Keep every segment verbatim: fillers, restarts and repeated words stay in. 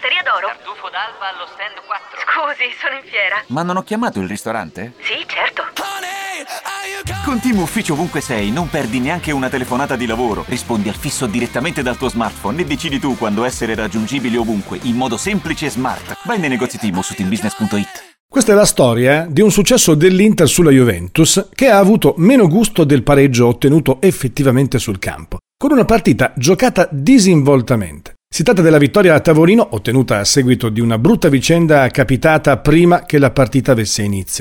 Osteria d'Oro. Tartufo d'alba allo stand quattro. Scusi, sono in fiera. Ma non ho chiamato il ristorante? Sì, certo. Con Team Ufficio ovunque sei, non perdi neanche una telefonata di lavoro. Rispondi al fisso direttamente dal tuo smartphone e decidi tu quando essere raggiungibile ovunque, in modo semplice e smart. Vai nei negozi Team o su team business punto it. Questa è la storia di un successo dell'Inter sulla Juventus che ha avuto meno gusto del pareggio ottenuto effettivamente sul campo, con una partita giocata disinvoltamente. Si tratta della vittoria a tavolino ottenuta a seguito di una brutta vicenda capitata prima che la partita avesse inizio.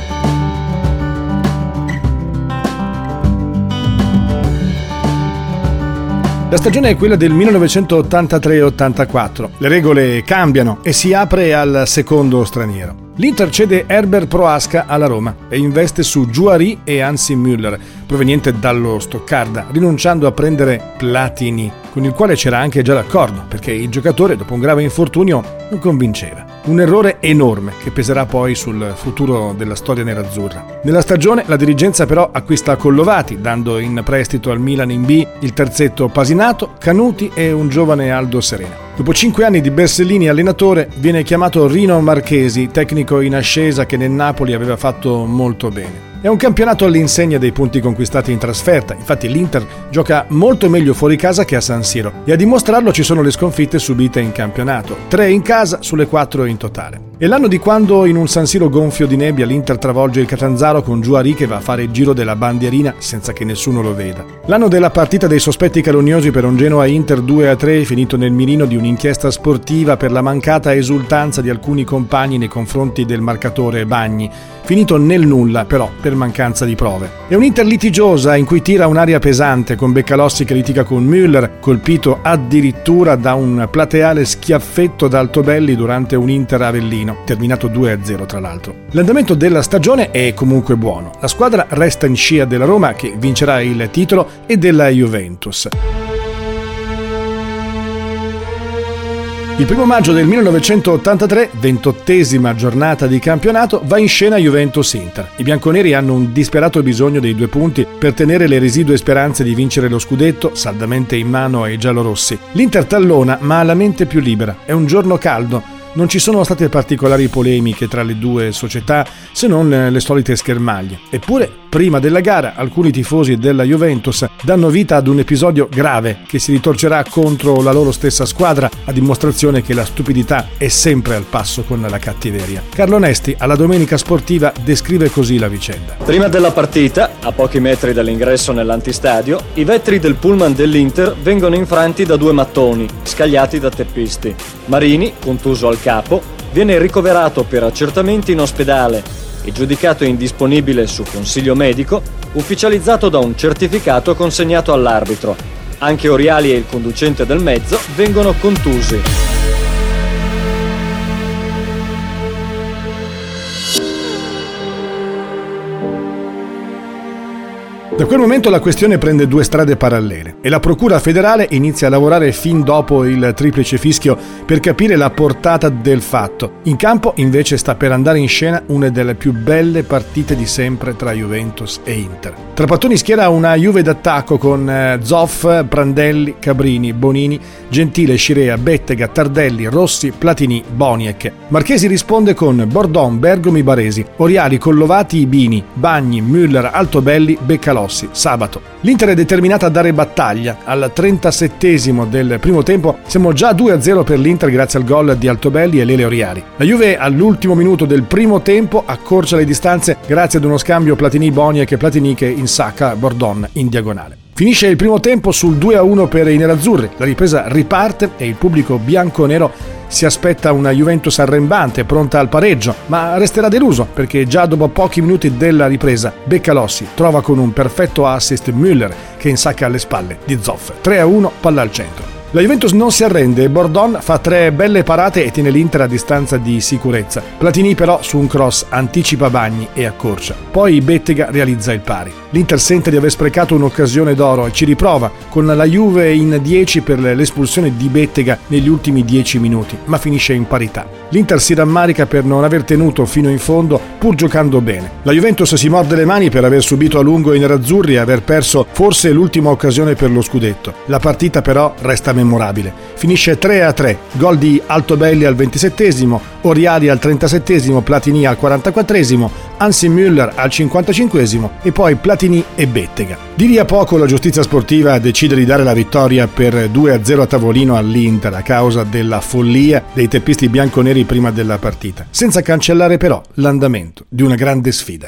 La stagione è quella del millenovecentottantatré ottantaquattro. Le regole cambiano e si apre al secondo straniero. L'Inter cede Herbert Prohaska alla Roma e investe su Juari e Hansi Müller, proveniente dallo Stoccarda, rinunciando a prendere Platini, con il quale c'era anche già d'accordo, perché il giocatore, dopo un grave infortunio, non convinceva. Un errore enorme che peserà poi sul futuro della storia nerazzurra. Nella stagione la dirigenza però acquista Collovati, dando in prestito al Milan in B il terzetto Pasinato, Canuti e un giovane Aldo Serena. Dopo cinque anni di Bersellini allenatore, viene chiamato Rino Marchesi, tecnico in ascesa che nel Napoli aveva fatto molto bene. È un campionato all'insegna dei punti conquistati in trasferta, infatti l'Inter gioca molto meglio fuori casa che a San Siro e a dimostrarlo ci sono le sconfitte subite in campionato, tre in casa sulle quattro in totale. È l'anno di quando in un San Siro gonfio di nebbia l'Inter travolge il Catanzaro con Juari che va a fare il giro della bandierina senza che nessuno lo veda. L'anno della partita dei sospetti calunnosi per un Genoa Inter due a tre finito nel mirino di un'inchiesta sportiva per la mancata esultanza di alcuni compagni nei confronti del marcatore Bagni, finito nel nulla però per mancanza di prove. È un'Inter litigiosa in cui tira un'aria pesante con Beccalossi che litiga con Müller, colpito addirittura da un plateale schiaffetto da Altobelli durante un Inter Avellino, terminato due a zero tra l'altro. L'andamento della stagione è comunque buono. La squadra resta in scia della Roma che vincerà il titolo e della Juventus. Il primo maggio del millenovecentottantatré, ventottesima giornata di campionato, va in scena Juventus-Inter. I bianconeri hanno un disperato bisogno dei due punti per tenere le residue speranze di vincere lo scudetto, saldamente in mano ai giallorossi. L'Inter tallona, ma ha la mente più libera. È un giorno caldo. Non ci sono state particolari polemiche tra le due società, se non le solite schermaglie. Eppure, prima della gara, alcuni tifosi della Juventus danno vita ad un episodio grave che si ritorcerà contro la loro stessa squadra, a dimostrazione che la stupidità è sempre al passo con la cattiveria. Carlo Nesti, alla Domenica Sportiva, descrive così la vicenda. Prima della partita, a pochi metri dall'ingresso nell'antistadio, i vetri del pullman dell'Inter vengono infranti da due mattoni, scagliati da teppisti. Marini, contuso al capo, viene ricoverato per accertamenti in ospedale e giudicato indisponibile su consiglio medico, ufficializzato da un certificato consegnato all'arbitro. Anche Oriali e il conducente del mezzo vengono contusi. Da quel momento la questione prende due strade parallele e la Procura federale inizia a lavorare fin dopo il triplice fischio per capire la portata del fatto. In campo invece sta per andare in scena una delle più belle partite di sempre tra Juventus e Inter. Trapattoni schiera una Juve d'attacco con Zoff, Prandelli, Cabrini, Bonini, Gentile, Scirea, Bettega, Tardelli, Rossi, Platini, Boniek. Marchesi risponde con Bordon, Bergomi, Baresi, Oriali, Collovati, Bini, Bagni, Müller, Altobelli, Beccalossi. Sabato. L'Inter è determinata a dare battaglia. Al trentasettesimo del primo tempo siamo già due a zero per l'Inter grazie al gol di Altobelli e Lele Oriali. La Juve all'ultimo minuto del primo tempo accorcia le distanze grazie ad uno scambio Platini-Boniek e Platini che insacca Bordon in diagonale. Finisce il primo tempo sul due a uno per i nerazzurri. La ripresa riparte e il pubblico bianconero si aspetta una Juventus arrembante, pronta al pareggio, ma resterà deluso perché già dopo pochi minuti della ripresa Beccalossi trova con un perfetto assist Müller che insacca alle spalle di Zoff. tre a uno, palla al centro. La Juventus non si arrende e Bordon fa tre belle parate e tiene l'Inter a distanza di sicurezza. Platini però su un cross anticipa Bagni e accorcia. Poi Bettega realizza il pari. L'Inter sente di aver sprecato un'occasione d'oro e ci riprova con la Juve in dieci per l'espulsione di Bettega negli ultimi dieci minuti, ma finisce in parità. L'Inter si rammarica per non aver tenuto fino in fondo pur giocando bene. La Juventus si morde le mani per aver subito a lungo i nerazzurri e aver perso forse l'ultima occasione per lo scudetto. La partita però resta memorabile. Finisce tre a tre, gol di Altobelli al ventisettesimo, Oriali al trentasettesimo, Platini al quarantaquattresimo, Hansi Müller al cinquantacinquesimo e poi Platini e Bettega. Di lì a poco la giustizia sportiva decide di dare la vittoria per due a zero a tavolino all'Inter a causa della follia dei teppisti bianconeri prima della partita, senza cancellare però l'andamento di una grande sfida.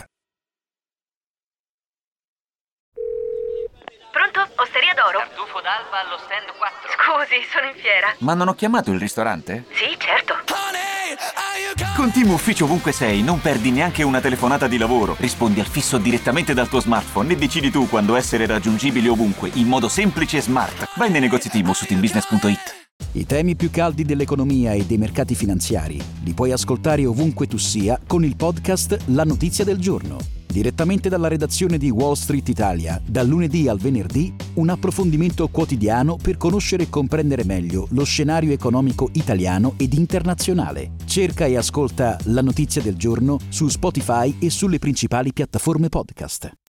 Pronto? Osteria d'Oro? Tartufo d'alba allo stand quattro. Scusi, sono in fiera. Ma non ho chiamato il ristorante? Sì, certo. Con Team Ufficio ovunque sei non perdi neanche una telefonata di lavoro. Rispondi al fisso direttamente dal tuo smartphone e decidi tu quando essere raggiungibile ovunque, in modo semplice e smart. Vai nei negozi Team o su team business punto it. I temi più caldi dell'economia e dei mercati finanziari li puoi ascoltare ovunque tu sia con il podcast La Notizia del Giorno. Direttamente dalla redazione di Wall Street Italia, dal lunedì al venerdì, un approfondimento quotidiano per conoscere e comprendere meglio lo scenario economico italiano ed internazionale. Cerca e ascolta La Notizia del Giorno su Spotify e sulle principali piattaforme podcast.